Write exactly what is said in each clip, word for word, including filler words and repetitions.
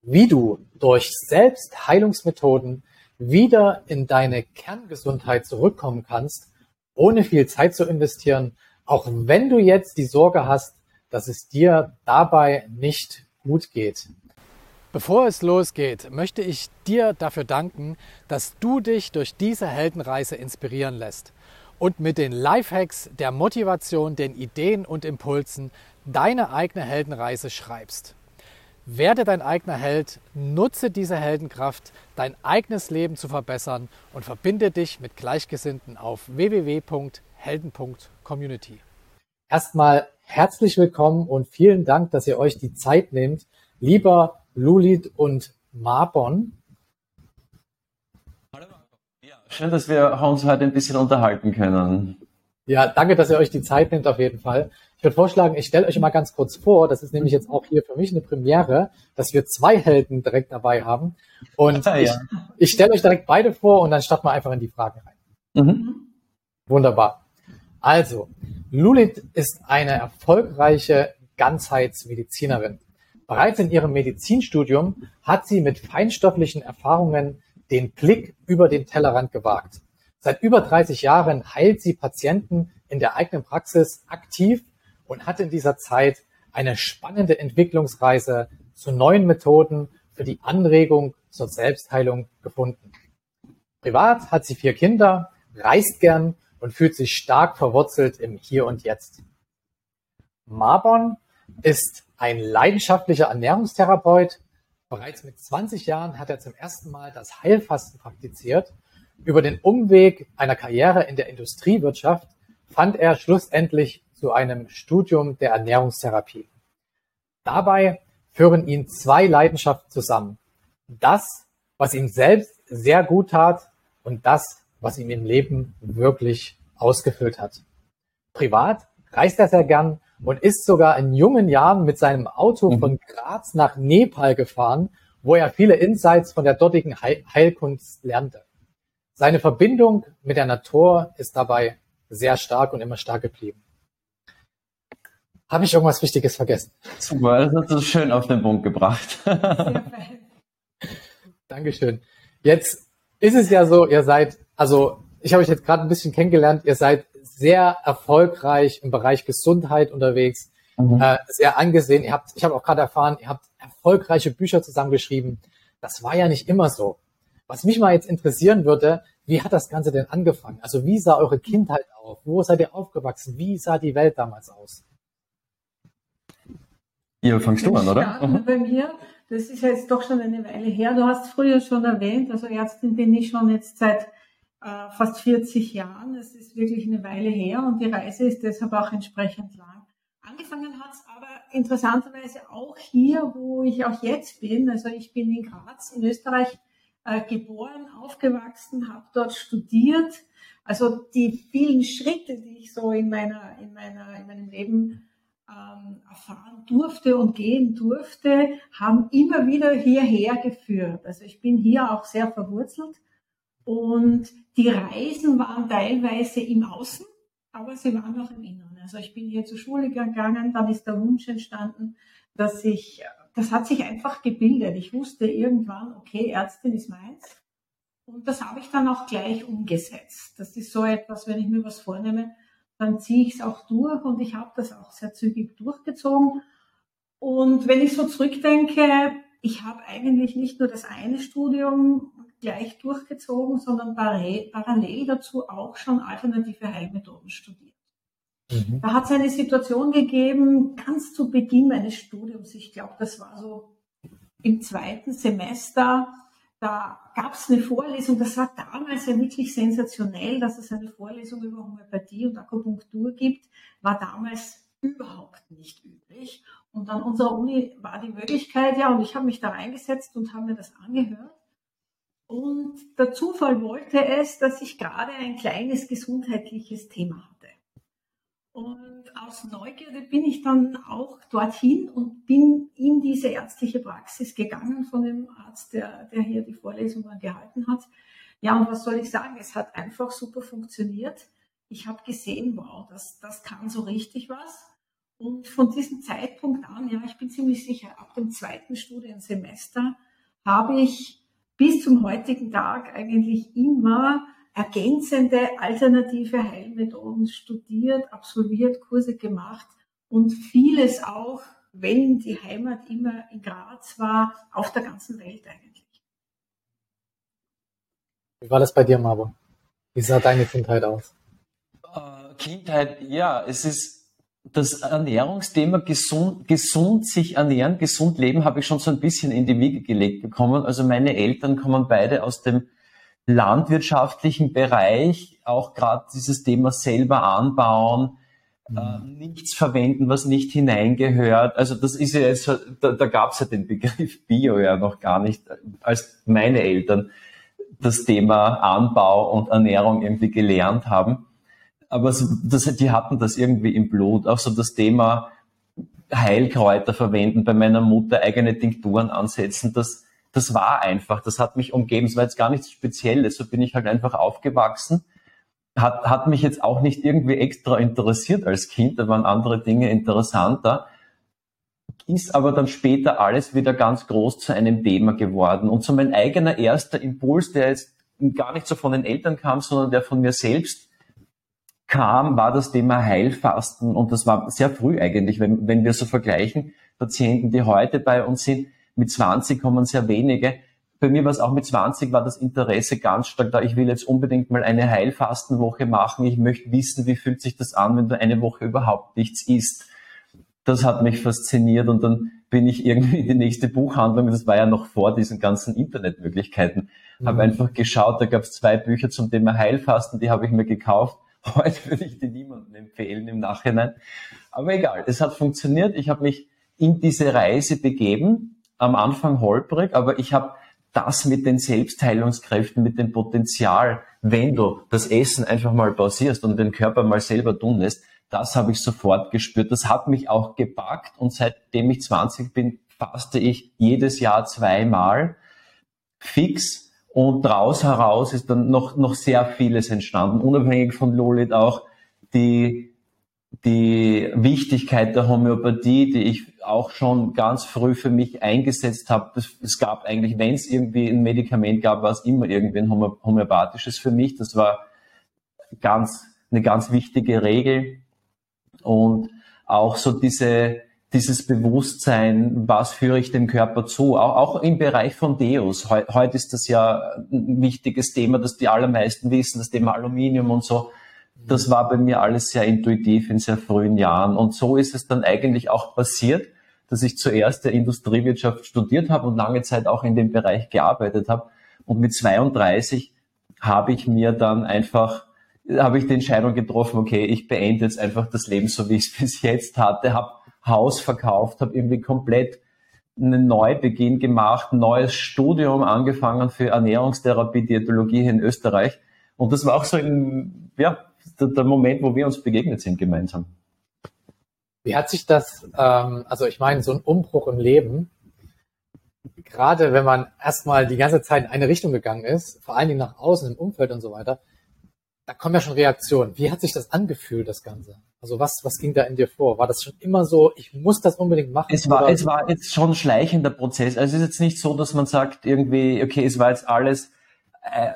wie du durch Selbstheilungsmethoden wieder in deine Kerngesundheit zurückkommen kannst, ohne viel Zeit zu investieren, auch wenn du jetzt die Sorge hast, dass es dir dabei nicht gut geht. Bevor es losgeht, möchte ich dir dafür danken, dass du dich durch diese Heldenreise inspirieren lässt und mit den Lifehacks, der Motivation, den Ideen und Impulsen deine eigene Heldenreise schreibst. Werde dein eigener Held, nutze diese Heldenkraft, dein eigenes Leben zu verbessern und verbinde dich mit Gleichgesinnten auf w w w punkt helden punkt community. Erstmal herzlich willkommen und vielen Dank, dass ihr euch die Zeit nehmt, lieber Lulit und Marbon. Hallo Marco. Ja, schön, dass wir uns heute ein bisschen unterhalten können. Ja, danke, dass ihr euch die Zeit nehmt auf jeden Fall. Ich würde vorschlagen, ich stelle euch mal ganz kurz vor, das ist nämlich jetzt auch hier für mich eine Premiere, dass wir zwei Helden direkt dabei haben. Und ja. ich, ich stelle euch direkt beide vor und dann starten wir einfach in die Fragen rein. Mhm. Wunderbar. Also, Lulit ist eine erfolgreiche Ganzheitsmedizinerin. Bereits in ihrem Medizinstudium hat sie mit feinstofflichen Erfahrungen den Blick über den Tellerrand gewagt. Seit über dreißig Jahren heilt sie Patienten in der eigenen Praxis aktiv und hat in dieser Zeit eine spannende Entwicklungsreise zu neuen Methoden für die Anregung zur Selbstheilung gefunden. Privat hat sie vier Kinder, reist gern und fühlt sich stark verwurzelt im Hier und Jetzt. Marbon ist ein leidenschaftlicher Ernährungstherapeut. Bereits mit zwanzig Jahren hat er zum ersten Mal das Heilfasten praktiziert. Über den Umweg einer Karriere in der Industriewirtschaft fand er schlussendlich zu einem Studium der Ernährungstherapie. Dabei führen ihn zwei Leidenschaften zusammen. Das, was ihm selbst sehr gut tat und das, was ihm im Leben wirklich ausgefüllt hat. Privat reist er sehr gern und ist sogar in jungen Jahren mit seinem Auto von Graz nach Nepal gefahren, wo er viele Insights von der dortigen Heilkunst lernte. Seine Verbindung mit der Natur ist dabei sehr stark und immer stark geblieben. Habe ich irgendwas Wichtiges vergessen? Super, das hast du schön auf den Punkt gebracht. Dankeschön. Jetzt ist es ja so, ihr seid, also ich habe euch jetzt gerade ein bisschen kennengelernt, ihr seid sehr erfolgreich im Bereich Gesundheit unterwegs, mhm. äh, sehr angesehen. Ihr habt, ich habe auch gerade erfahren, ihr habt erfolgreiche Bücher zusammengeschrieben. Das war ja nicht immer so. Was mich mal jetzt interessieren würde, wie hat das Ganze denn angefangen? Also wie sah eure Kindheit aus? Wo seid ihr aufgewachsen? Wie sah die Welt damals aus? Ja, fangst du an, oder? Mhm. Bei mir, das ist jetzt doch schon eine Weile her. Du hast früher schon erwähnt, also Ärztin bin ich schon jetzt seit äh, fast vierzig Jahren. Das ist wirklich eine Weile her und die Reise ist deshalb auch entsprechend lang. Angefangen hat es aber interessanterweise auch hier, wo ich auch jetzt bin. Also ich bin in Graz in Österreich äh, geboren, aufgewachsen, habe dort studiert. Also die vielen Schritte, die ich so in meiner, in meiner, in meinem Leben ähm, erfahren durfte und gehen durfte, haben immer wieder hierher geführt. Also ich bin hier auch sehr verwurzelt und die Reisen waren teilweise im Außen, aber sie waren auch im Inneren. Also ich bin hier zur Schule gegangen, dann ist der Wunsch entstanden, dass ich, das hat sich einfach gebildet. Ich wusste irgendwann, okay, Ärztin ist meins. Und das habe ich dann auch gleich umgesetzt. Das ist so etwas, wenn ich mir was vornehme, dann ziehe ich es auch durch und ich habe das auch sehr zügig durchgezogen. Und wenn ich so zurückdenke, ich habe eigentlich nicht nur das eine Studium gleich durchgezogen, sondern parallel dazu auch schon alternative Heilmethoden studiert. Mhm. Da hat es eine Situation gegeben, ganz zu Beginn meines Studiums, ich glaube, das war so im zweiten Semester, da gab es eine Vorlesung, das war damals ja wirklich sensationell, dass es eine Vorlesung über Homöopathie und Akupunktur gibt, war damals überhaupt nicht üblich. Und an unserer Uni war die Möglichkeit, ja, und ich habe mich da reingesetzt und habe mir das angehört. Und der Zufall wollte es, dass ich gerade ein kleines gesundheitliches Thema hatte. Und aus Neugierde bin ich dann auch dorthin und bin in diese ärztliche Praxis gegangen von dem Arzt, der, der hier die Vorlesung dann gehalten hat. Ja, und was soll ich sagen? Es hat einfach super funktioniert. Ich habe gesehen, wow, das, das kann so richtig was. Und von diesem Zeitpunkt an, ja, ich bin ziemlich sicher, ab dem zweiten Studiensemester habe ich bis zum heutigen Tag eigentlich immer ergänzende alternative Heilmethoden studiert, absolviert, Kurse gemacht und vieles auch, wenn die Heimat immer in Graz war, auf der ganzen Welt eigentlich. Wie war das bei dir, Maro? Wie sah deine Kindheit aus? Äh, Kindheit, ja, es ist das Ernährungsthema, gesund, gesund sich ernähren, gesund leben, habe ich schon so ein bisschen in die Wiege gelegt bekommen. Also meine Eltern kommen beide aus dem landwirtschaftlichen Bereich, auch gerade dieses Thema selber anbauen, mhm. äh, nichts verwenden, was nicht hineingehört. Also das ist ja jetzt, da, da gab es ja den Begriff Bio ja noch gar nicht, als meine Eltern das Thema Anbau und Ernährung irgendwie gelernt haben. Aber so, das, die hatten das irgendwie im Blut. Auch so das Thema Heilkräuter verwenden, bei meiner Mutter eigene Tinkturen ansetzen, das Das war einfach, das hat mich umgeben. Es war jetzt gar nichts Spezielles, so bin ich halt einfach aufgewachsen. Hat, hat mich jetzt auch nicht irgendwie extra interessiert als Kind, da waren andere Dinge interessanter. Ist aber dann später alles wieder ganz groß zu einem Thema geworden. Und so mein eigener erster Impuls, der jetzt gar nicht so von den Eltern kam, sondern der von mir selbst kam, war das Thema Heilfasten. Und das war sehr früh eigentlich, wenn, wenn wir so vergleichen, Patienten, die heute bei uns sind, mit zwanzig kommen sehr wenige. Bei mir war es auch mit zwanzig, war das Interesse ganz stark da. Ich will jetzt unbedingt mal eine Heilfastenwoche machen. Ich möchte wissen, wie fühlt sich das an, wenn du eine Woche überhaupt nichts isst. Das hat mich fasziniert und dann bin ich irgendwie in die nächste Buchhandlung, das war ja noch vor diesen ganzen Internetmöglichkeiten, mhm. habe einfach geschaut, da gab es zwei Bücher zum Thema Heilfasten, die habe ich mir gekauft. Heute würde ich die niemandem empfehlen im Nachhinein. Aber egal, es hat funktioniert. Ich habe mich in diese Reise begeben. Am Anfang holprig, aber ich habe das mit den Selbstheilungskräften, mit dem Potenzial, wenn du das Essen einfach mal pausierst und den Körper mal selber tun lässt, das habe ich sofort gespürt. Das hat mich auch gepackt und seitdem ich zwanzig bin, faste ich jedes Jahr zweimal fix und draus heraus ist dann noch, noch sehr vieles entstanden, unabhängig von Lollit auch die die Wichtigkeit der Homöopathie, die ich auch schon ganz früh für mich eingesetzt habe. Es gab eigentlich, wenn es irgendwie ein Medikament gab, war es immer irgendwie ein homöopathisches für mich. Das war ganz eine ganz wichtige Regel. Und auch so diese dieses Bewusstsein, was führe ich dem Körper zu, auch, auch im Bereich von Deos. Heu, heute ist das ja ein wichtiges Thema, das die allermeisten wissen, das Thema Aluminium und so. Das war bei mir alles sehr intuitiv in sehr frühen Jahren. Und so ist es dann eigentlich auch passiert, dass ich zuerst der Industriewirtschaft studiert habe und lange Zeit auch in dem Bereich gearbeitet habe. Und mit zweiunddreißig habe ich mir dann einfach, habe ich die Entscheidung getroffen, okay, ich beende jetzt einfach das Leben so, wie ich es bis jetzt hatte, habe Haus verkauft, habe irgendwie komplett einen Neubeginn gemacht, ein neues Studium angefangen für Ernährungstherapie, Diätologie hier in Österreich. Und das war auch so ein, ja, der, der Moment, wo wir uns begegnet sind gemeinsam. Wie hat sich das, ähm, also ich meine, so ein Umbruch im Leben, gerade wenn man erstmal die ganze Zeit in eine Richtung gegangen ist, vor allen Dingen nach außen, im Umfeld und so weiter, da kommen ja schon Reaktionen. Wie hat sich das angefühlt, das Ganze? Also was, was ging da in dir vor? War das schon immer so, ich muss das unbedingt machen? Es war, es war jetzt schon ein schleichender Prozess. Also es ist jetzt nicht so, dass man sagt irgendwie, okay, es war jetzt alles äh,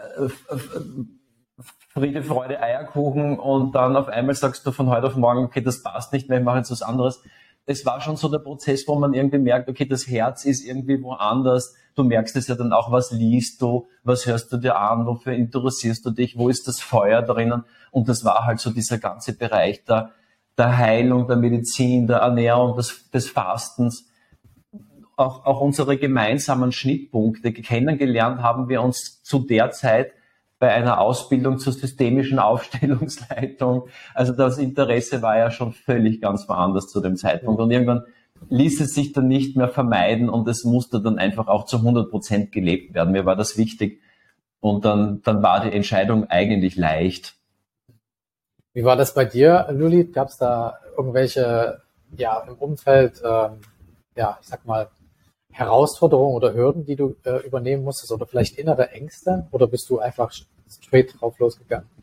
Friede, Freude, Eierkuchen und dann auf einmal sagst du von heute auf morgen, okay, das passt nicht mehr, ich mache jetzt was anderes. Es war schon so der Prozess, wo man irgendwie merkt, okay, das Herz ist irgendwie woanders. Du merkst es ja dann auch, was liest du, was hörst du dir an, wofür interessierst du dich, wo ist das Feuer drinnen? Und das war halt so dieser ganze Bereich der, der Heilung, der Medizin, der Ernährung, des, des Fastens. Auch, auch unsere gemeinsamen Schnittpunkte. Kennengelernt haben wir uns zu der Zeit bei einer Ausbildung zur systemischen Aufstellungsleitung. Also das Interesse war ja schon völlig ganz woanders zu dem Zeitpunkt. Und irgendwann ließ es sich dann nicht mehr vermeiden und es musste dann einfach auch zu hundert Prozent gelebt werden. Mir war das wichtig. Und dann, dann war die Entscheidung eigentlich leicht. Wie war das bei dir, Luli? Gab es da irgendwelche, ja, im Umfeld, ähm, ja, ich sag mal, Herausforderungen oder Hürden, die du äh, übernehmen musstest oder vielleicht innere Ängste oder bist du einfach straight drauf losgegangen?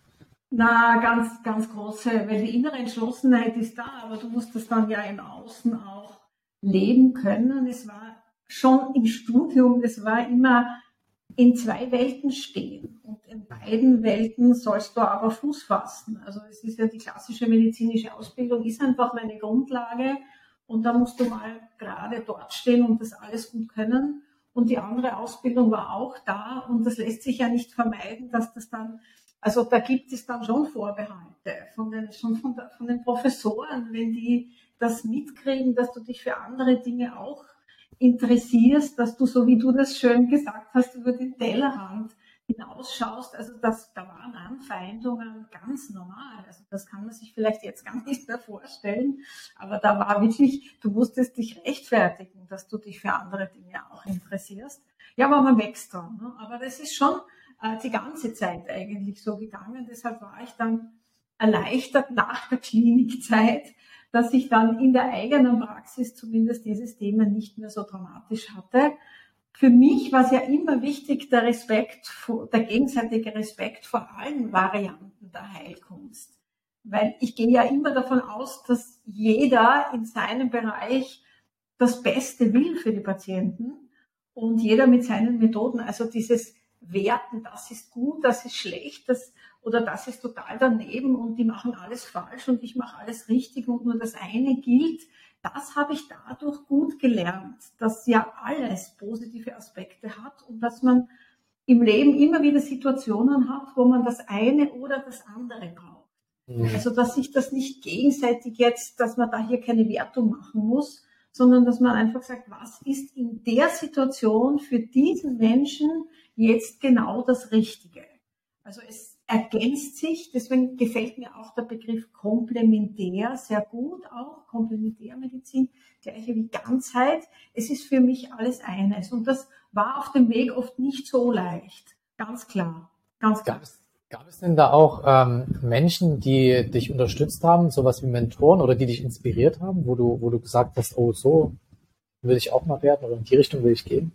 Na, ganz, ganz große, weil die innere Entschlossenheit ist da, aber du musst das dann ja im Außen auch leben können. Es war schon im Studium, es war immer in zwei Welten stehen und in beiden Welten sollst du aber Fuß fassen. Also es ist ja die klassische medizinische Ausbildung, ist einfach meine Grundlage und da musst du mal gerade dort stehen und das alles gut können. Und die andere Ausbildung war auch da und das lässt sich ja nicht vermeiden, dass das dann, also da gibt es dann schon Vorbehalte von den, schon von, der, von den Professoren, wenn die das mitkriegen, dass du dich für andere Dinge auch interessierst, dass du, so wie du das schön gesagt hast, über den Tellerrand hinausschaust. Also das, da waren Anfeindungen ganz normal. Also das kann man sich vielleicht jetzt gar nicht mehr vorstellen. Aber da war wirklich, du musstest dich rechtfertigen, dass du dich für andere Dinge auch interessierst. Ja, aber man wächst dran. Ne? Aber das ist schon äh, die ganze Zeit eigentlich so gegangen. Deshalb war ich dann erleichtert nach der Klinikzeit, dass ich dann in der eigenen Praxis zumindest dieses Thema nicht mehr so dramatisch hatte. Für mich war es ja immer wichtig, der Respekt, der gegenseitige Respekt vor allen Varianten der Heilkunst. Weil ich gehe ja immer davon aus, dass jeder in seinem Bereich das Beste will für die Patienten und jeder mit seinen Methoden. Also dieses Werten, das ist gut, das ist schlecht, das oder das ist total daneben und die machen alles falsch und ich mache alles richtig und nur das eine gilt. Das habe ich dadurch gut gelernt, dass ja alles positive Aspekte hat und dass man im Leben immer wieder Situationen hat, wo man das eine oder das andere braucht. Mhm. Also dass sich das nicht gegenseitig jetzt, dass man da hier keine Wertung machen muss, sondern dass man einfach sagt, was ist in der Situation für diesen Menschen jetzt genau das Richtige. Also es ergänzt sich, deswegen gefällt mir auch der Begriff komplementär sehr gut, auch Komplementärmedizin, gleiche wie Ganzheit. Es ist für mich alles eines und das war auf dem Weg oft nicht so leicht, ganz klar, ganz klar. Gab es, gab es denn da auch ähm, Menschen, die dich unterstützt haben, sowas wie Mentoren oder die dich inspiriert haben, wo du, wo du gesagt hast, oh, so will ich auch mal werden oder in die Richtung will ich gehen?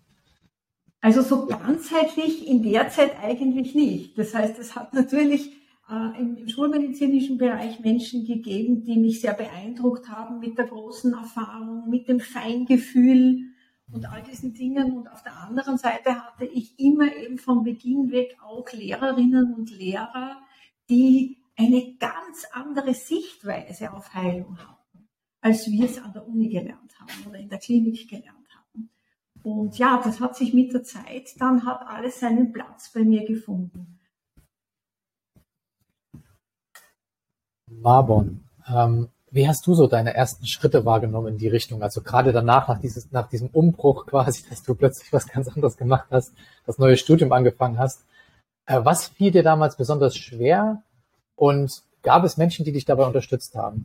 Also so ganzheitlich in der Zeit eigentlich nicht. Das heißt, es hat natürlich äh, im, im schulmedizinischen Bereich Menschen gegeben, die mich sehr beeindruckt haben mit der großen Erfahrung, mit dem Feingefühl und all diesen Dingen. Und auf der anderen Seite hatte ich immer eben von Beginn weg auch Lehrerinnen und Lehrer, die eine ganz andere Sichtweise auf Heilung hatten, als wir es an der Uni gelernt haben oder in der Klinik gelernt haben. Und ja, das hat sich mit der Zeit, dann hat alles seinen Platz bei mir gefunden. Marbon, ähm, wie hast du so deine ersten Schritte wahrgenommen in die Richtung? Also gerade danach, nach, dieses, nach diesem Umbruch quasi, dass du plötzlich was ganz anderes gemacht hast, das neue Studium angefangen hast. Äh, was fiel dir damals besonders schwer und gab es Menschen, die dich dabei unterstützt haben?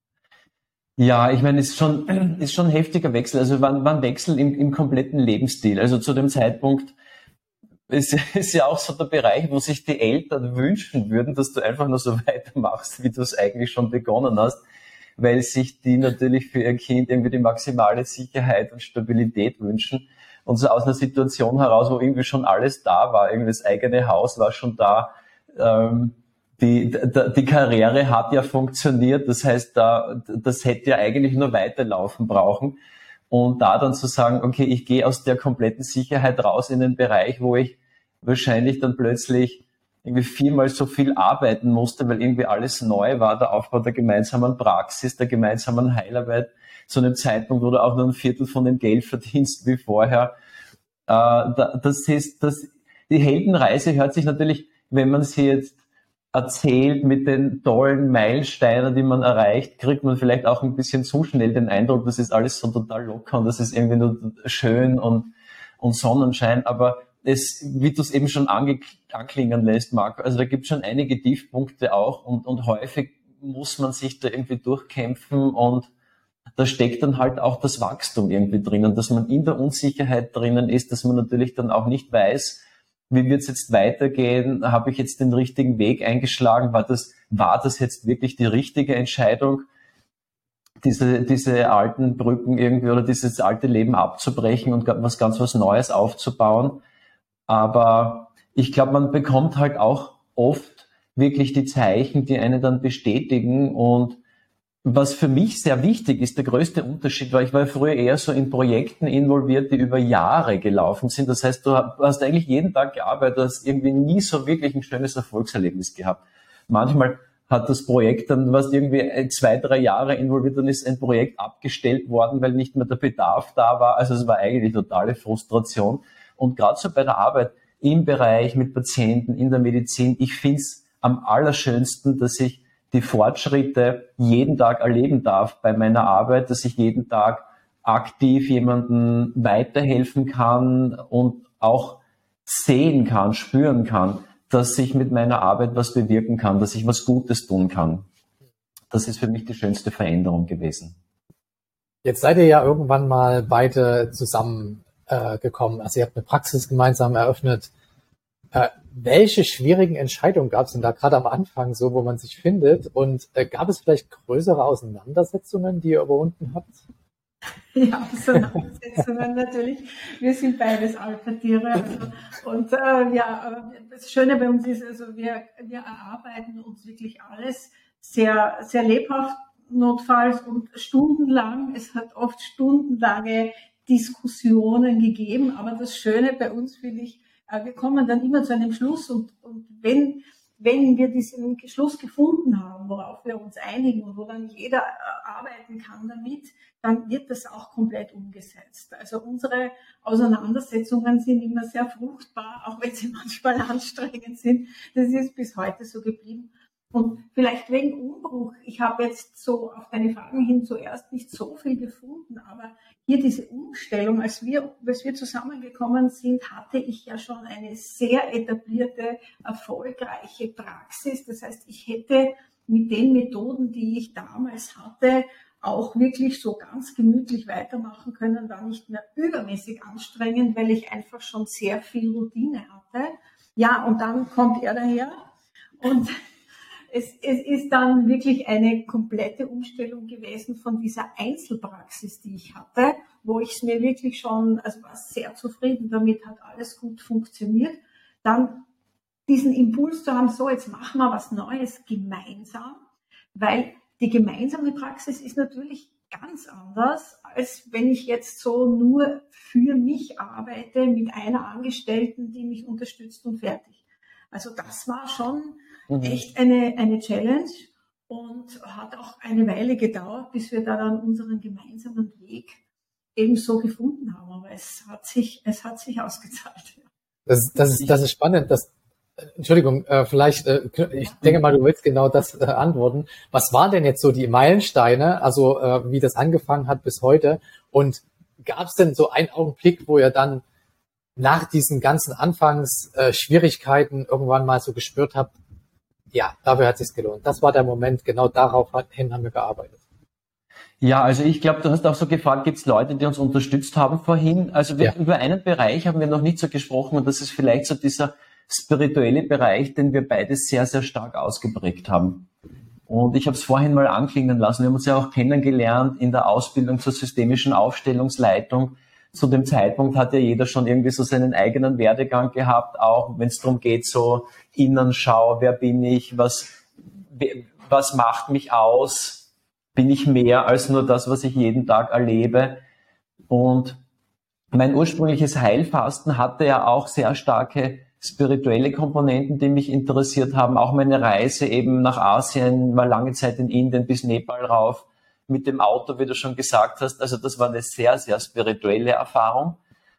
Ja, ich meine, es ist schon, ist schon ein heftiger Wechsel. Also war, war ein Wechsel im, im kompletten Lebensstil. Also zu dem Zeitpunkt ist, ist ja auch so der Bereich, wo sich die Eltern wünschen würden, dass du einfach nur so weitermachst, wie du es eigentlich schon begonnen hast, weil sich die natürlich für ihr Kind irgendwie die maximale Sicherheit und Stabilität wünschen. Und so aus einer Situation heraus, wo irgendwie schon alles da war, irgendwie das eigene Haus war schon da, ähm, Die, die Karriere hat ja funktioniert, das heißt, da, das hätte ja eigentlich nur weiterlaufen brauchen. Und da dann zu sagen, okay, ich gehe aus der kompletten Sicherheit raus in den Bereich, wo ich wahrscheinlich dann plötzlich irgendwie viermal so viel arbeiten musste, weil irgendwie alles neu war, der Aufbau der gemeinsamen Praxis, der gemeinsamen Heilarbeit, zu einem Zeitpunkt, wo du auch nur ein Viertel von dem Geld verdienst wie vorher. Das ist, das, die Heldenreise hört sich natürlich, wenn man sie jetzt erzählt mit den tollen Meilensteinen, die man erreicht, kriegt man vielleicht auch ein bisschen zu schnell den Eindruck, das ist alles so total locker und das ist irgendwie nur schön und, und Sonnenschein. Aber es, wie du es eben schon ange, anklingen lässt, Marco, also da gibt es schon einige Tiefpunkte auch und, und häufig muss man sich da irgendwie durchkämpfen und da steckt dann halt auch das Wachstum irgendwie drinnen, dass man in der Unsicherheit drinnen ist, dass man natürlich dann auch nicht weiß, wie wird es jetzt weitergehen? Habe ich jetzt den richtigen Weg eingeschlagen? War das, war das jetzt wirklich die richtige Entscheidung, diese, diese alten Brücken irgendwie oder dieses alte Leben abzubrechen und was ganz was Neues aufzubauen? Aber ich glaube, man bekommt halt auch oft wirklich die Zeichen, die einen dann bestätigen. Und was für mich sehr wichtig ist, der größte Unterschied war, ich war früher eher so in Projekten involviert, die über Jahre gelaufen sind. Das heißt, du hast eigentlich jeden Tag gearbeitet, hast irgendwie nie so wirklich ein schönes Erfolgserlebnis gehabt. Manchmal hat das Projekt dann, was irgendwie zwei, drei Jahre involviert, dann ist ein Projekt abgestellt worden, weil nicht mehr der Bedarf da war. Also es war eigentlich totale Frustration. Und gerade so bei der Arbeit im Bereich mit Patienten, in der Medizin, ich finde es am allerschönsten, dass ich die Fortschritte jeden Tag erleben darf bei meiner Arbeit, dass ich jeden Tag aktiv jemandem weiterhelfen kann und auch sehen kann, spüren kann, dass ich mit meiner Arbeit was bewirken kann, dass ich was Gutes tun kann. Das ist für mich die schönste Veränderung gewesen. Jetzt seid ihr ja irgendwann mal beide zusammen äh, gekommen. Also ihr habt eine Praxis gemeinsam eröffnet. Äh, welche schwierigen Entscheidungen gab es denn da gerade am Anfang so, wo man sich findet? Und äh, gab es vielleicht größere Auseinandersetzungen, die ihr überwunden habt? Ja, Auseinandersetzungen natürlich. Wir sind beides Alpha-Tiere. Also, und äh, ja, das Schöne bei uns ist, also wir, wir erarbeiten uns wirklich alles sehr, sehr lebhaft, notfalls und stundenlang. Es hat oft stundenlange Diskussionen gegeben. Aber das Schöne bei uns finde ich, wir kommen dann immer zu einem Schluss und, und wenn, wenn wir diesen Schluss gefunden haben, worauf wir uns einigen und wo dann jeder arbeiten kann damit, dann wird das auch komplett umgesetzt. Also unsere Auseinandersetzungen sind immer sehr fruchtbar, auch wenn sie manchmal anstrengend sind. Das ist bis heute so geblieben. Und vielleicht wegen Umbruch. Ich habe jetzt so auf deine Fragen hin zuerst nicht so viel gefunden, aber hier diese Umstellung, als wir, als wir zusammengekommen sind, hatte ich ja schon eine sehr etablierte, erfolgreiche Praxis. Das heißt, ich hätte mit den Methoden, die ich damals hatte, auch wirklich so ganz gemütlich weitermachen können, war nicht mehr übermäßig anstrengend, weil ich einfach schon sehr viel Routine hatte. Ja, und dann kommt er daher und Es, es ist dann wirklich eine komplette Umstellung gewesen von dieser Einzelpraxis, die ich hatte, wo ich es mir wirklich schon, also war sehr zufrieden damit, hat alles gut funktioniert. Dann diesen Impuls zu haben, so jetzt machen wir was Neues gemeinsam, weil die gemeinsame Praxis ist natürlich ganz anders, als wenn ich jetzt so nur für mich arbeite mit einer Angestellten, die mich unterstützt und fertig. Also das war schon echt eine, eine Challenge und hat auch eine Weile gedauert, bis wir da dann unseren gemeinsamen Weg eben so gefunden haben. Aber es hat sich, es hat sich ausgezahlt. Das, das, ist, das ist spannend. Das, Entschuldigung, äh, vielleicht, äh, ich denke mal, du willst genau das äh, antworten. Was waren denn jetzt so die Meilensteine, also äh, wie das angefangen hat bis heute? Und gab es denn so einen Augenblick, wo ihr dann nach diesen ganzen Anfangsschwierigkeiten äh, irgendwann mal so gespürt habt, ja, dafür hat es sich gelohnt. Das war der Moment, genau darauf hin haben wir gearbeitet. Ja, also ich glaube, du hast auch so gefragt, gibt es Leute, die uns unterstützt haben vorhin? Also wir, ja. Über einen Bereich haben wir noch nicht so gesprochen und das ist vielleicht so dieser spirituelle Bereich, den wir beide sehr, sehr stark ausgeprägt haben. Und ich habe es vorhin mal anklingen lassen, wir haben uns ja auch kennengelernt in der Ausbildung zur systemischen Aufstellungsleitung. Zu dem Zeitpunkt hat ja jeder schon irgendwie so seinen eigenen Werdegang gehabt, auch wenn es darum geht, so Innenschau, wer bin ich, was, was macht mich aus, bin ich mehr als nur das, was ich jeden Tag erlebe. Und mein ursprüngliches Heilfasten hatte ja auch sehr starke spirituelle Komponenten, die mich interessiert haben. Auch meine Reise eben nach Asien, war lange Zeit in Indien bis Nepal rauf, mit dem Auto, wie du schon gesagt hast. Also das war eine sehr, sehr spirituelle Erfahrung.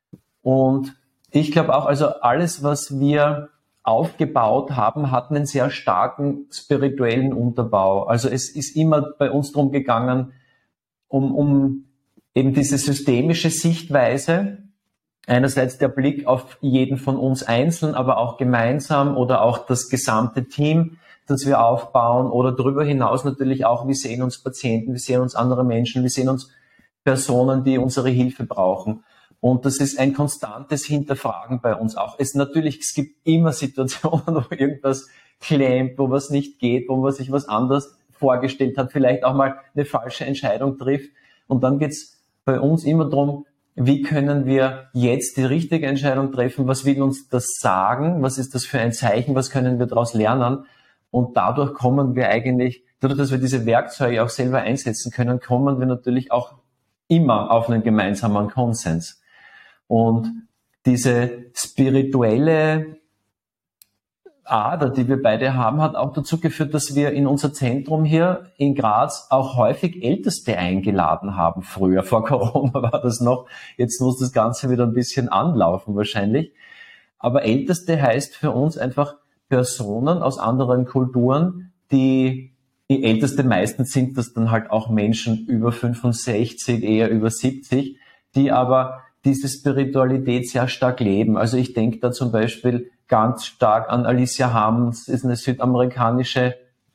Und ich glaube auch, also alles, was wir aufgebaut haben, hat einen sehr starken spirituellen Unterbau. Also es ist immer bei uns darum gegangen, um, um eben diese systemische Sichtweise, einerseits der Blick auf jeden von uns einzeln, aber auch gemeinsam oder auch das gesamte Team, das wir aufbauen, oder darüber hinaus natürlich auch, wir sehen uns Patienten, wir sehen uns andere Menschen, wir sehen uns Personen, die unsere Hilfe brauchen. Und das ist ein konstantes Hinterfragen bei uns auch. Es natürlich, es gibt immer Situationen, wo irgendwas klemmt, wo was nicht geht, wo man sich was anderes vorgestellt hat, vielleicht auch mal eine falsche Entscheidung trifft. Und dann geht's bei uns immer darum, wie können wir jetzt die richtige Entscheidung treffen? Was will uns das sagen? Was ist das für ein Zeichen? Was können wir daraus lernen? Und dadurch kommen wir eigentlich, dadurch, dass wir diese Werkzeuge auch selber einsetzen können, kommen wir natürlich auch immer auf einen gemeinsamen Konsens. Und diese spirituelle Ader, die wir beide haben, hat auch dazu geführt, dass wir in unser Zentrum hier in Graz auch häufig Älteste eingeladen haben. Früher, vor Corona war das noch. Jetzt muss das Ganze wieder ein bisschen anlaufen wahrscheinlich. Aber Älteste heißt für uns einfach Personen aus anderen Kulturen, die, die Älteste meistens sind das dann halt auch Menschen über fünfundsechzig, eher über siebzig, die aber diese Spiritualität sehr stark leben. Also ich denke da zum Beispiel ganz stark an Alicia Harms, ist eine südamerikanische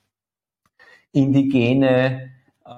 indigene äh,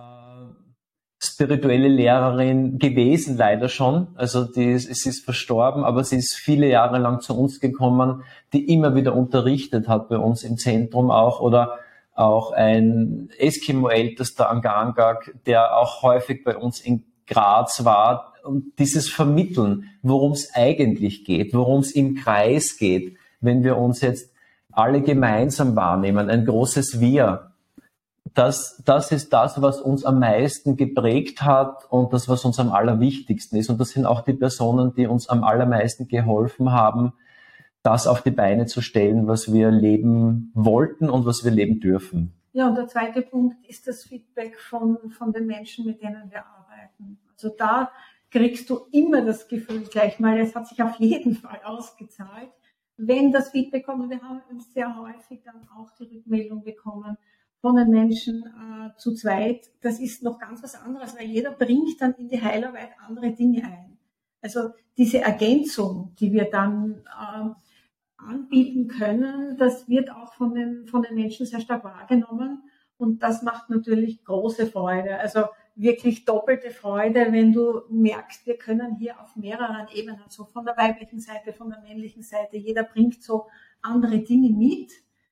spirituelle Lehrerin gewesen, leider schon. Also die, sie ist verstorben, aber sie ist viele Jahre lang zu uns gekommen, die immer wieder unterrichtet hat bei uns im Zentrum auch, oder auch ein Eskimo-Ältester Angangak, der auch häufig bei uns in Graz war. Und dieses Vermitteln, worum es eigentlich geht, worum es im Kreis geht, wenn wir uns jetzt alle gemeinsam wahrnehmen, ein großes Wir, das, das ist das, was uns am meisten geprägt hat und das, was uns am allerwichtigsten ist. Und das sind auch die Personen, die uns am allermeisten geholfen haben, das auf die Beine zu stellen, was wir leben wollten und was wir leben dürfen. Ja, und der zweite Punkt ist das Feedback von, von den Menschen, mit denen wir arbeiten. Also da kriegst du immer das Gefühl gleich mal, es hat sich auf jeden Fall ausgezahlt, wenn das Feedback kommt. Und wir haben sehr häufig dann auch die Rückmeldung bekommen von den Menschen äh, zu zweit. Das ist noch ganz was anderes, weil jeder bringt dann in die Heilarbeit andere Dinge ein. Also diese Ergänzung, die wir dann äh, anbieten können, das wird auch von den, von den Menschen sehr stark wahrgenommen. Und das macht natürlich große Freude. Also wirklich doppelte Freude, wenn du merkst, wir können hier auf mehreren Ebenen, so von der weiblichen Seite, von der männlichen Seite, jeder bringt so andere Dinge mit.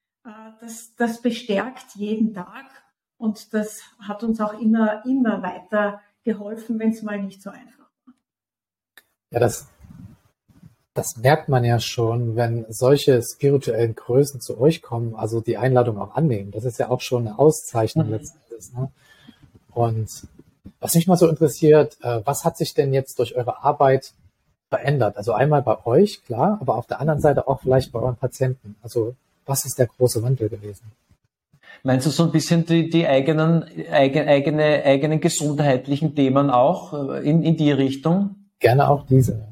Das, das bestärkt jeden Tag und das hat uns auch immer, immer weiter geholfen, wenn es mal nicht so einfach war. Ja, das, das merkt man ja schon, wenn solche spirituellen Größen zu euch kommen, also die Einladung auch annehmen. Das ist ja auch schon eine Auszeichnung mhm. letzten Endes. Ne? Und was mich mal so interessiert, was hat sich denn jetzt durch eure Arbeit verändert? Also einmal bei euch, klar, aber auf der anderen Seite auch vielleicht bei euren Patienten. Also was ist der große Wandel gewesen? Meinst du so ein bisschen die, die eigenen, eigene, eigene, eigenen gesundheitlichen Themen auch in, in die Richtung? Gerne auch diese.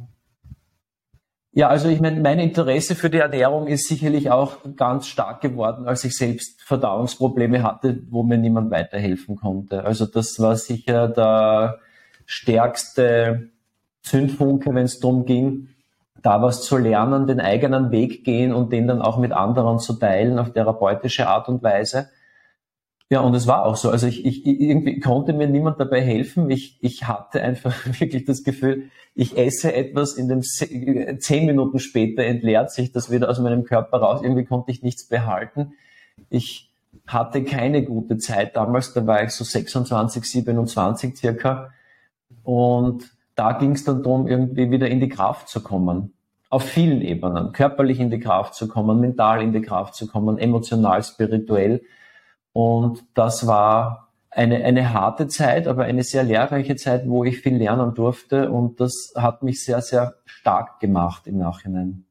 Ja, also ich meine, mein Interesse für die Ernährung ist sicherlich auch ganz stark geworden, als ich selbst Verdauungsprobleme hatte, wo mir niemand weiterhelfen konnte. Also das war sicher der stärkste Zündfunke, wenn es darum ging, da was zu lernen, den eigenen Weg gehen und den dann auch mit anderen zu teilen auf therapeutische Art und Weise. Ja, und es war auch so. Also ich, ich irgendwie konnte mir niemand dabei helfen. Ich, ich hatte einfach wirklich das Gefühl, ich esse etwas, in dem zehn Minuten später entleert sich das wieder aus meinem Körper raus. Irgendwie konnte ich nichts behalten. Ich hatte keine gute Zeit damals, da war ich so sechsundzwanzig, siebenundzwanzig circa. Und da ging es dann darum, irgendwie wieder in die Kraft zu kommen. Auf vielen Ebenen. Körperlich in die Kraft zu kommen, mental in die Kraft zu kommen, emotional, spirituell. Und das war eine, eine harte Zeit, aber eine sehr lehrreiche Zeit, wo ich viel lernen durfte. Und das hat mich sehr, sehr stark gemacht im Nachhinein.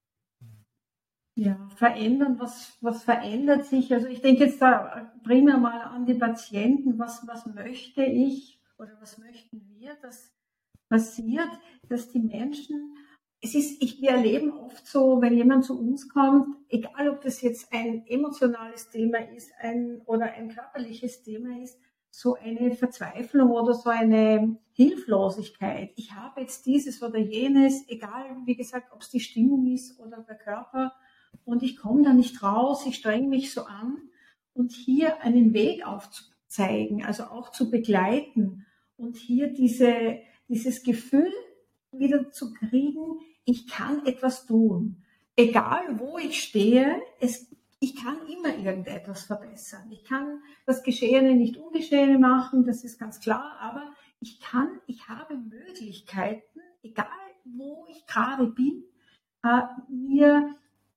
Ja, verändern, was, was verändert sich? Also ich denke jetzt da primär mal an die Patienten, was, was möchte ich oder was möchten wir, dass passiert, dass die Menschen, es ist, ich, wir erleben oft so, wenn jemand zu uns kommt, egal ob das jetzt ein emotionales Thema ist ein, oder ein körperliches Thema ist, so eine Verzweiflung oder so eine Hilflosigkeit. Ich habe jetzt dieses oder jenes, egal, wie gesagt, ob es die Stimmung ist oder der Körper, und ich komme da nicht raus, ich strenge mich so an, und hier einen Weg aufzuzeigen, also auch zu begleiten und hier diese dieses Gefühl wieder zu kriegen, ich kann etwas tun. Egal, wo ich stehe, es, ich kann immer irgendetwas verbessern. Ich kann das Geschehene nicht Ungeschehene machen, das ist ganz klar, aber ich kann, ich habe Möglichkeiten, egal wo ich gerade bin, äh, mir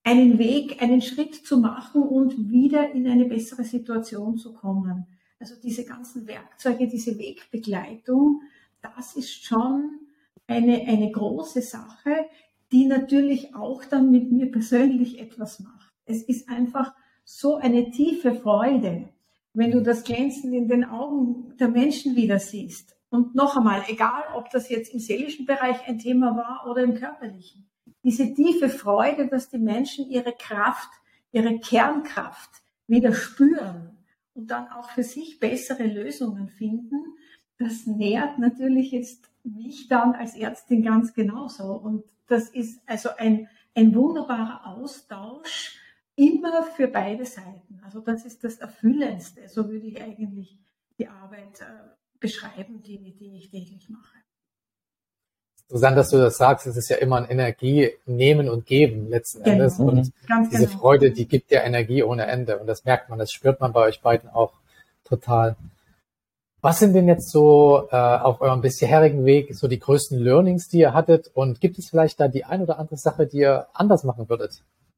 einen Weg, einen Schritt zu machen und wieder in eine bessere Situation zu kommen. Also diese ganzen Werkzeuge, diese Wegbegleitung, das ist schon eine, eine große Sache, die natürlich auch dann mit mir persönlich etwas macht. Es ist einfach so eine tiefe Freude, wenn du das Glänzen in den Augen der Menschen wieder siehst. Und noch einmal, egal ob das jetzt im seelischen Bereich ein Thema war oder im körperlichen, diese tiefe Freude, dass die Menschen ihre Kraft, ihre Kernkraft wieder spüren und dann auch für sich bessere Lösungen finden, das nährt natürlich jetzt mich dann als Ärztin ganz genauso. Und das ist also ein, ein wunderbarer Austausch, immer für beide Seiten. Also das ist das Erfüllendste, so würde ich eigentlich die Arbeit äh, beschreiben, die, die ich täglich mache. Interessant, dass du das sagst, es ist ja immer ein Energie nehmen und geben letzten Genau. Endes. Und Ganz diese genau. Freude, die gibt ja Energie ohne Ende. Und das merkt man, das spürt man bei euch beiden auch total. Was sind denn jetzt so äh, auf eurem bisherigen Weg so die größten Learnings, die ihr hattet? Und gibt es vielleicht da die ein oder andere Sache, die ihr anders machen würdet?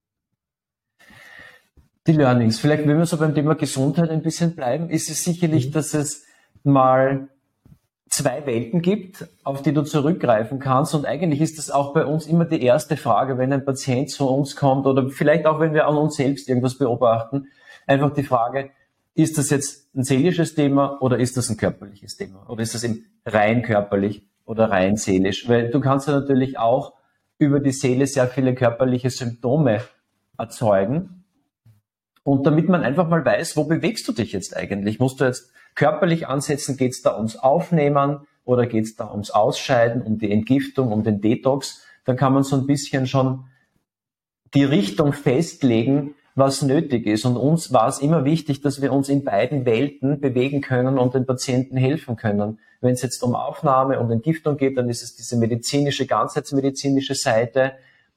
Die Learnings. Vielleicht, wenn wir so beim Thema Gesundheit ein bisschen bleiben, ist es sicherlich, mhm. dass es mal zwei Welten gibt, auf die du zurückgreifen kannst. Und eigentlich ist das auch bei uns immer die erste Frage, wenn ein Patient zu uns kommt oder vielleicht auch, wenn wir an uns selbst irgendwas beobachten, einfach die Frage, ist das jetzt ein seelisches Thema oder ist das ein körperliches Thema? Oder ist das eben rein körperlich oder rein seelisch? Weil du kannst ja natürlich auch über die Seele sehr viele körperliche Symptome erzeugen. Und damit man einfach mal weiß, wo bewegst du dich jetzt eigentlich? Musst du jetzt körperlich ansetzen? Geht es da ums Aufnehmen oder geht es da ums Ausscheiden, um die Entgiftung, um den Detox? Dann kann man so ein bisschen schon die Richtung festlegen, was nötig ist. Und uns war es immer wichtig, dass wir uns in beiden Welten bewegen können und den Patienten helfen können. Wenn es jetzt um Aufnahme und Entgiftung geht, dann ist es diese medizinische, ganzheitsmedizinische Seite,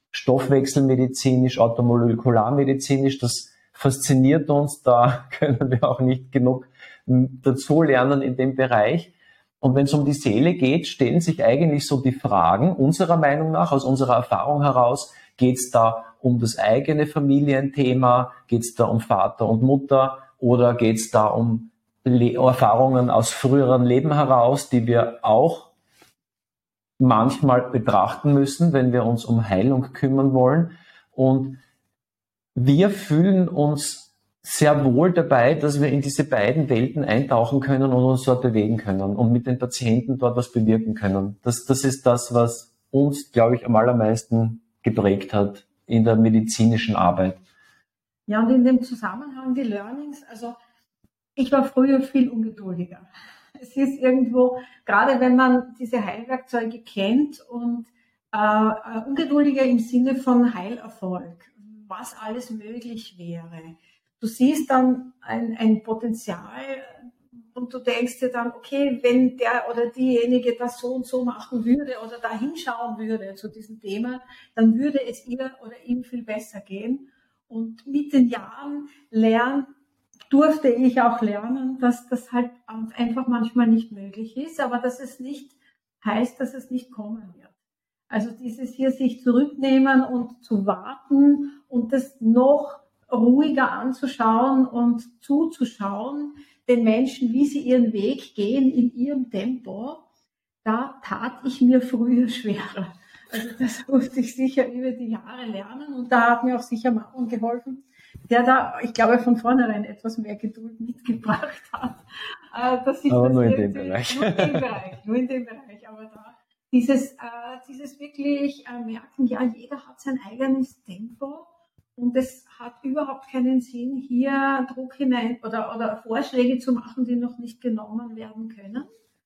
Stoffwechselmedizinisch, automolekularmedizinisch, das fasziniert uns, da können wir auch nicht genug dazu lernen in dem Bereich. Und wenn es um die Seele geht, stellen sich eigentlich so die Fragen, unserer Meinung nach, aus unserer Erfahrung heraus, geht es da um das eigene Familienthema, geht es da um Vater und Mutter oder geht es da um Le- Erfahrungen aus früheren Leben heraus, die wir auch manchmal betrachten müssen, wenn wir uns um Heilung kümmern wollen. Und wir fühlen uns sehr wohl dabei, dass wir in diese beiden Welten eintauchen können und uns dort bewegen können und mit den Patienten dort was bewirken können. Das, das ist das, was uns, glaube ich, am allermeisten geprägt hat in der medizinischen Arbeit. Ja, und in dem Zusammenhang die Learnings, also ich war früher viel ungeduldiger. Es ist irgendwo, gerade wenn man diese Heilwerkzeuge kennt und äh, ungeduldiger im Sinne von Heilerfolg, was alles möglich wäre. Du siehst dann ein, ein Potenzial und du denkst dir dann, okay, wenn der oder diejenige das so und so machen würde oder da hinschauen würde zu diesem Thema, dann würde es ihr oder ihm viel besser gehen. Und mit den Jahren lernen, durfte ich auch lernen, dass das halt einfach manchmal nicht möglich ist, aber dass es nicht heißt, dass es nicht kommen wird. Also dieses hier sich zurücknehmen und zu warten und das noch ruhiger anzuschauen und zuzuschauen, den Menschen, wie sie ihren Weg gehen in ihrem Tempo, da tat ich mir früher schwerer. Also das durfte ich sicher über die Jahre lernen und da hat mir auch sicher Marlon geholfen, der da, ich glaube, von vornherein etwas mehr Geduld mitgebracht hat. Dass ich aber das nur in dem Bereich. Nur in dem Bereich, nur in dem Bereich, aber da. Dieses, äh, dieses wirklich äh, merken, ja, jeder hat sein eigenes Tempo und es hat überhaupt keinen Sinn, hier Druck hinein oder, oder Vorschläge zu machen, die noch nicht genommen werden können.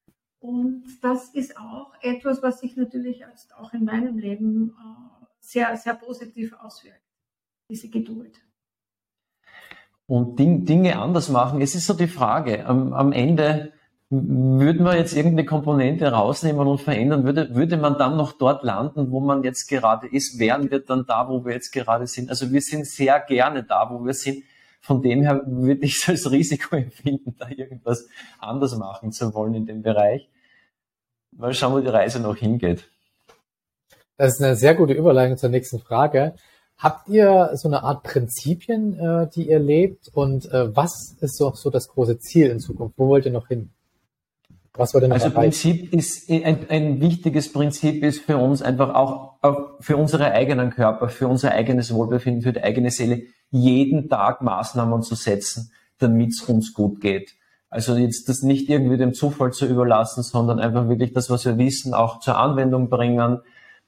Und das ist auch etwas, was sich natürlich jetzt auch in meinem Leben äh, sehr, sehr positiv auswirkt, diese Geduld. Und Dinge anders machen, es ist so die Frage, am, am Ende würden wir jetzt irgendeine Komponente rausnehmen und verändern, würde, würde man dann noch dort landen, wo man jetzt gerade ist, wären wir dann da, wo wir jetzt gerade sind. Also wir sind sehr gerne da, wo wir sind. Von dem her würde ich es als Risiko empfinden, da irgendwas anders machen zu wollen in dem Bereich. Mal schauen, wo die Reise noch hingeht. Das ist eine sehr gute Überleitung zur nächsten Frage. Habt ihr so eine Art Prinzipien, äh, die ihr lebt? Und äh, was ist so, so das große Ziel in Zukunft? Wo wollt ihr noch hin? Was wollt ihr noch Also erreichen? Prinzip ist, ein, ein wichtiges Prinzip ist für uns einfach auch, auch für unsere eigenen Körper, für unser eigenes Wohlbefinden, für die eigene Seele, jeden Tag Maßnahmen zu setzen, damit es uns gut geht. Also jetzt das nicht irgendwie dem Zufall zu überlassen, sondern einfach wirklich das, was wir wissen, auch zur Anwendung bringen.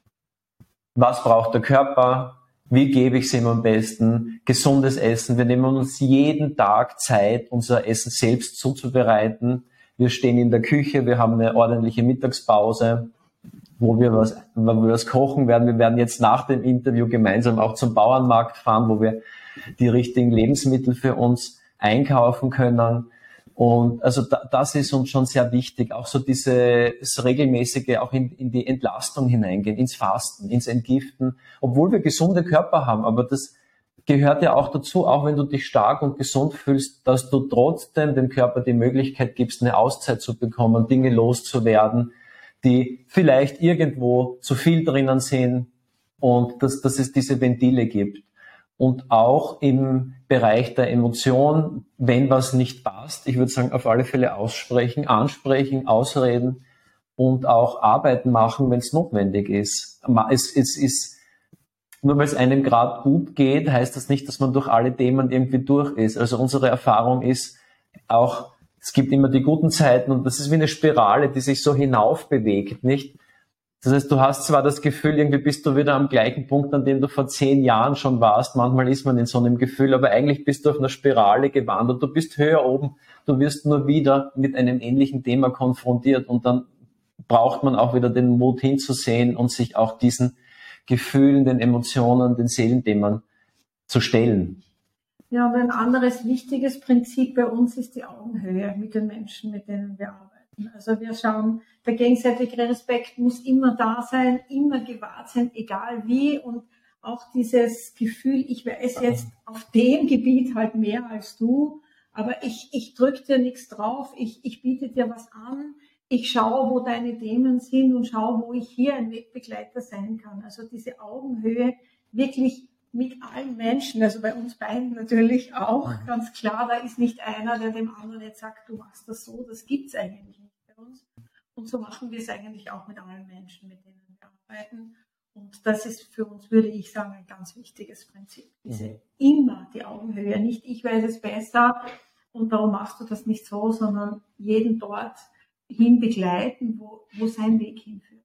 Was braucht der Körper? Wie gebe ich es ihm am besten? Gesundes Essen. Wir nehmen uns jeden Tag Zeit, unser Essen selbst zuzubereiten. Wir stehen in der Küche, wir haben eine ordentliche Mittagspause, wo wir was, wo wir was kochen werden. Wir werden jetzt nach dem Interview gemeinsam auch zum Bauernmarkt fahren, wo wir die richtigen Lebensmittel für uns einkaufen können. Und also da, das ist uns schon sehr wichtig, auch so dieses regelmäßige, auch in, in die Entlastung hineingehen, ins Fasten, ins Entgiften, obwohl wir gesunde Körper haben, aber das gehört ja auch dazu, auch wenn du dich stark und gesund fühlst, dass du trotzdem dem Körper die Möglichkeit gibst, eine Auszeit zu bekommen, Dinge loszuwerden, die vielleicht irgendwo zu viel drinnen sind und dass, dass es diese Ventile gibt. Und auch im Bereich der Emotion, wenn was nicht passt, ich würde sagen, auf alle Fälle aussprechen, ansprechen, ausreden und auch Arbeiten machen, wenn es notwendig ist. Es, es ist, nur weil es einem gerade gut geht, heißt das nicht, dass man durch alle Themen irgendwie durch ist. Also unsere Erfahrung ist auch, es gibt immer die guten Zeiten und das ist wie eine Spirale, die sich so hinauf bewegt, nicht? Das heißt, du hast zwar das Gefühl, irgendwie bist du wieder am gleichen Punkt, an dem du vor zehn Jahren schon warst. Manchmal ist man in so einem Gefühl, aber eigentlich bist du auf einer Spirale gewandert. Du bist höher oben. Du wirst nur wieder mit einem ähnlichen Thema konfrontiert und dann braucht man auch wieder den Mut hinzusehen und sich auch diesen Gefühlen, den Emotionen, den Seelenthemen zu stellen. Ja, und ein anderes wichtiges Prinzip bei uns ist die Augenhöhe mit den Menschen, mit denen wir arbeiten. Also wir schauen, der gegenseitige Respekt muss immer da sein, immer gewahrt sein, egal wie. Und auch dieses Gefühl, ich weiß jetzt auf dem Gebiet halt mehr als du, aber ich, ich drücke dir nichts drauf, ich, ich biete dir was an, ich schaue, wo deine Themen sind und schaue, wo ich hier ein Wegbegleiter sein kann. Also diese Augenhöhe wirklich mit allen Menschen, also bei uns beiden natürlich auch, ganz klar, da ist nicht einer, der dem anderen jetzt sagt, du machst das so, das gibt's eigentlich nicht bei uns. Und so machen wir es eigentlich auch mit allen Menschen, mit denen wir arbeiten. Und das ist für uns, würde ich sagen, ein ganz wichtiges Prinzip. Diese mhm. immer die Augenhöhe, nicht ich weiß es besser und darum machst du das nicht so, sondern jeden dort hin begleiten, wo, wo sein Weg hinführt.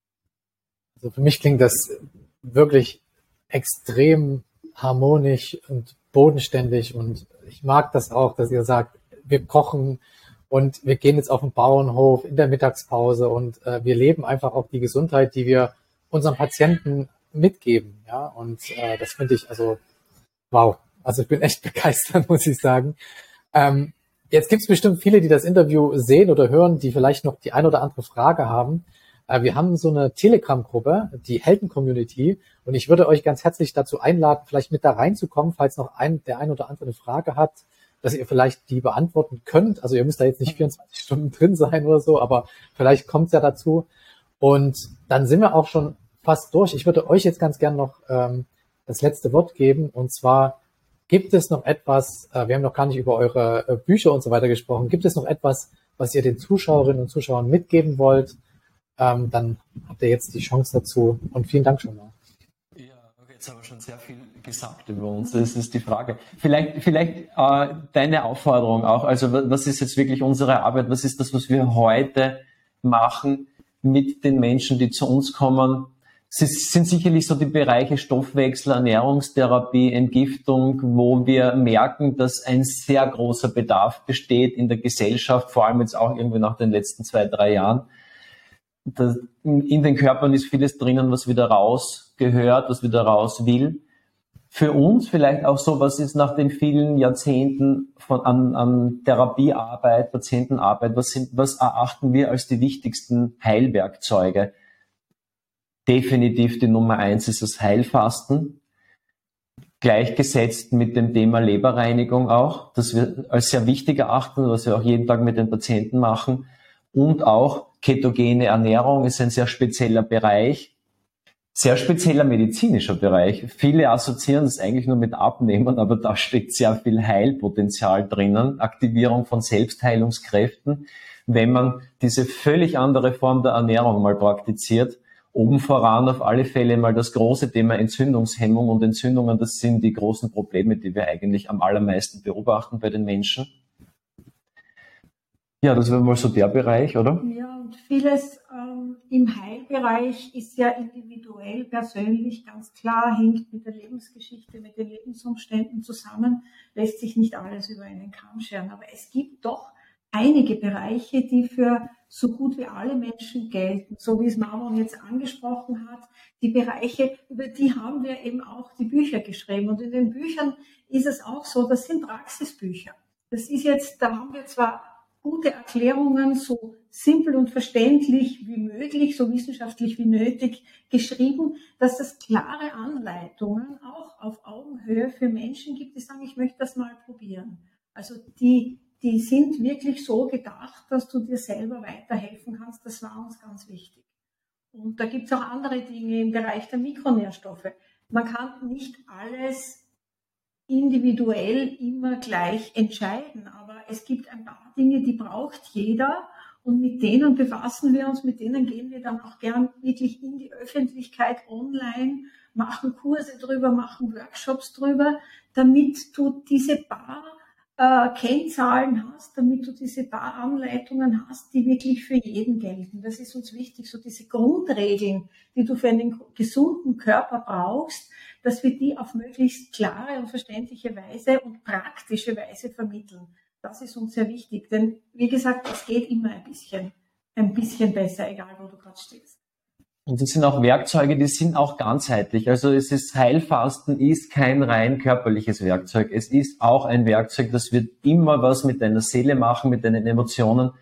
Also für mich klingt das wirklich extrem harmonisch und bodenständig und ich mag das auch, dass ihr sagt, wir kochen und wir gehen jetzt auf den Bauernhof in der Mittagspause und äh, wir leben einfach auch die Gesundheit, die wir unseren Patienten mitgeben, ja, und äh, das finde ich, also wow, also ich bin echt begeistert, muss ich sagen. Ähm, jetzt gibt es bestimmt viele, die das Interview sehen oder hören, die vielleicht noch die ein oder andere Frage haben. Wir haben so eine Telegram-Gruppe, die Helden-Community, und ich würde euch ganz herzlich dazu einladen, vielleicht mit da reinzukommen, falls noch ein, der ein oder andere eine Frage hat, dass ihr vielleicht die beantworten könnt. Also ihr müsst da jetzt nicht vierundzwanzig Stunden drin sein oder so, aber vielleicht kommt es ja dazu. Und dann sind wir auch schon fast durch. Ich würde euch jetzt ganz gern noch ähm, das letzte Wort geben, und zwar gibt es noch etwas, äh, wir haben noch gar nicht über eure äh, Bücher und so weiter gesprochen, gibt es noch etwas, was ihr den Zuschauerinnen und Zuschauern mitgeben wollt? Ähm, dann habt ihr jetzt die Chance dazu und vielen Dank schon mal. Ja, okay, jetzt haben wir schon sehr viel gesagt über uns, das ist die Frage. Vielleicht, vielleicht äh, deine Aufforderung auch, also was ist jetzt wirklich unsere Arbeit, was ist das, was wir heute machen mit den Menschen, die zu uns kommen? Es sind sicherlich so die Bereiche Stoffwechsel, Ernährungstherapie, Entgiftung, wo wir merken, dass ein sehr großer Bedarf besteht in der Gesellschaft, vor allem jetzt auch irgendwie nach den letzten zwei, drei Jahren. Das, in den Körpern ist vieles drinnen, was wieder raus gehört, was wieder raus will. Für uns vielleicht auch so, was ist nach den vielen Jahrzehnten von, an, an Therapiearbeit, Patientenarbeit, was, sind, was erachten wir als die wichtigsten Heilwerkzeuge? Definitiv die Nummer eins ist das Heilfasten, gleichgesetzt mit dem Thema Leberreinigung auch, das wir als sehr wichtig erachten, was wir auch jeden Tag mit den Patienten machen. Und auch ketogene Ernährung ist ein sehr spezieller Bereich, sehr spezieller medizinischer Bereich. Viele assoziieren das eigentlich nur mit Abnehmen, aber da steckt sehr viel Heilpotenzial drinnen, Aktivierung von Selbstheilungskräften, wenn man diese völlig andere Form der Ernährung mal praktiziert. Oben voran auf alle Fälle mal das große Thema Entzündungshemmung, und Entzündungen, das sind die großen Probleme, die wir eigentlich am allermeisten beobachten bei den Menschen. Ja, das wäre mal so der Bereich, oder? Ja, und vieles ähm, im Heilbereich ist ja individuell, persönlich, ganz klar, hängt mit der Lebensgeschichte, mit den Lebensumständen zusammen, lässt sich nicht alles über einen Kamm scheren. Aber es gibt doch einige Bereiche, die für so gut wie alle Menschen gelten, so wie es Marmon jetzt angesprochen hat. Die Bereiche, über die haben wir eben auch die Bücher geschrieben. Und in den Büchern ist es auch so, das sind Praxisbücher. Das ist jetzt, da haben wir zwar gute Erklärungen, so simpel und verständlich wie möglich, so wissenschaftlich wie nötig geschrieben, dass es klare Anleitungen auch auf Augenhöhe für Menschen gibt, die sagen, ich möchte das mal probieren. Also die, die sind wirklich so gedacht, dass du dir selber weiterhelfen kannst. Das war uns ganz wichtig. Und da gibt es auch andere Dinge im Bereich der Mikronährstoffe. Man kann nicht alles individuell immer gleich entscheiden, aber es gibt ein paar Dinge, die braucht jeder, und mit denen befassen wir uns, mit denen gehen wir dann auch gern wirklich in die Öffentlichkeit online, machen Kurse drüber, machen Workshops drüber, damit du diese paar äh, Kennzahlen hast, damit du diese paar Anleitungen hast, die wirklich für jeden gelten. Das ist uns wichtig, so diese Grundregeln, die du für einen gesunden Körper brauchst, dass wir die auf möglichst klare und verständliche Weise und praktische Weise vermitteln. Das ist uns sehr wichtig, denn wie gesagt, es geht immer ein bisschen, ein bisschen besser, egal wo du gerade stehst. Und das sind auch Werkzeuge, die sind auch ganzheitlich. Also es ist, Heilfasten ist kein rein körperliches Werkzeug. Es ist auch ein Werkzeug, das wird immer was mit deiner Seele machen, mit deinen Emotionen.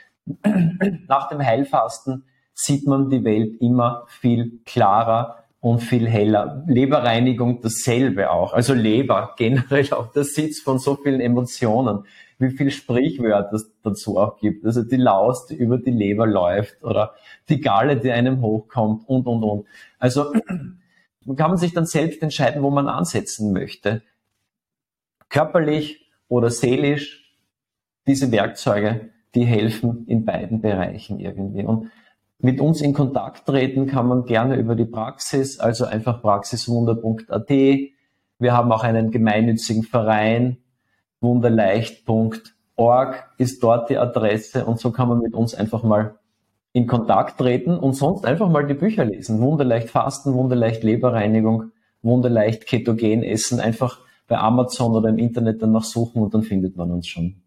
Nach dem Heilfasten sieht man die Welt immer viel klarer und viel heller. Leberreinigung dasselbe auch. Also Leber generell auch der Sitz von so vielen Emotionen. Wie viel Sprichwörter es dazu auch gibt. Also die Laus, die über die Leber läuft, oder die Galle, die einem hochkommt, und, und, und. Also man kann sich dann selbst entscheiden, wo man ansetzen möchte. Körperlich oder seelisch, diese Werkzeuge, die helfen in beiden Bereichen irgendwie. Und mit uns in Kontakt treten kann man gerne über die Praxis, also einfach praxiswunder punkt a t. Wir haben auch einen gemeinnützigen Verein, wunderleicht punkt org ist dort die Adresse, und so kann man mit uns einfach mal in Kontakt treten und sonst einfach mal die Bücher lesen. Wunderleicht Fasten, Wunderleicht Leberreinigung, Wunderleicht Ketogen essen. Einfach bei Amazon oder im Internet danach suchen und dann findet man uns schon.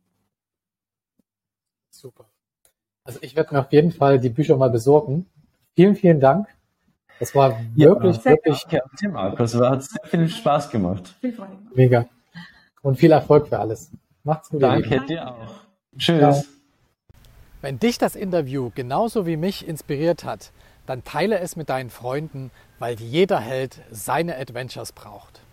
Super. Also ich werde mir auf jeden Fall die Bücher mal besorgen. Vielen, vielen Dank. Das war wirklich, ja, wirklich... Ja, Markus, hat sehr viel Spaß gemacht. Viel Freude. Mega. Und viel Erfolg für alles. Macht's gut. Danke dir auch. Tschüss. Ciao. Wenn dich das Interview genauso wie mich inspiriert hat, dann teile es mit deinen Freunden, weil jeder Held seine Adventures braucht.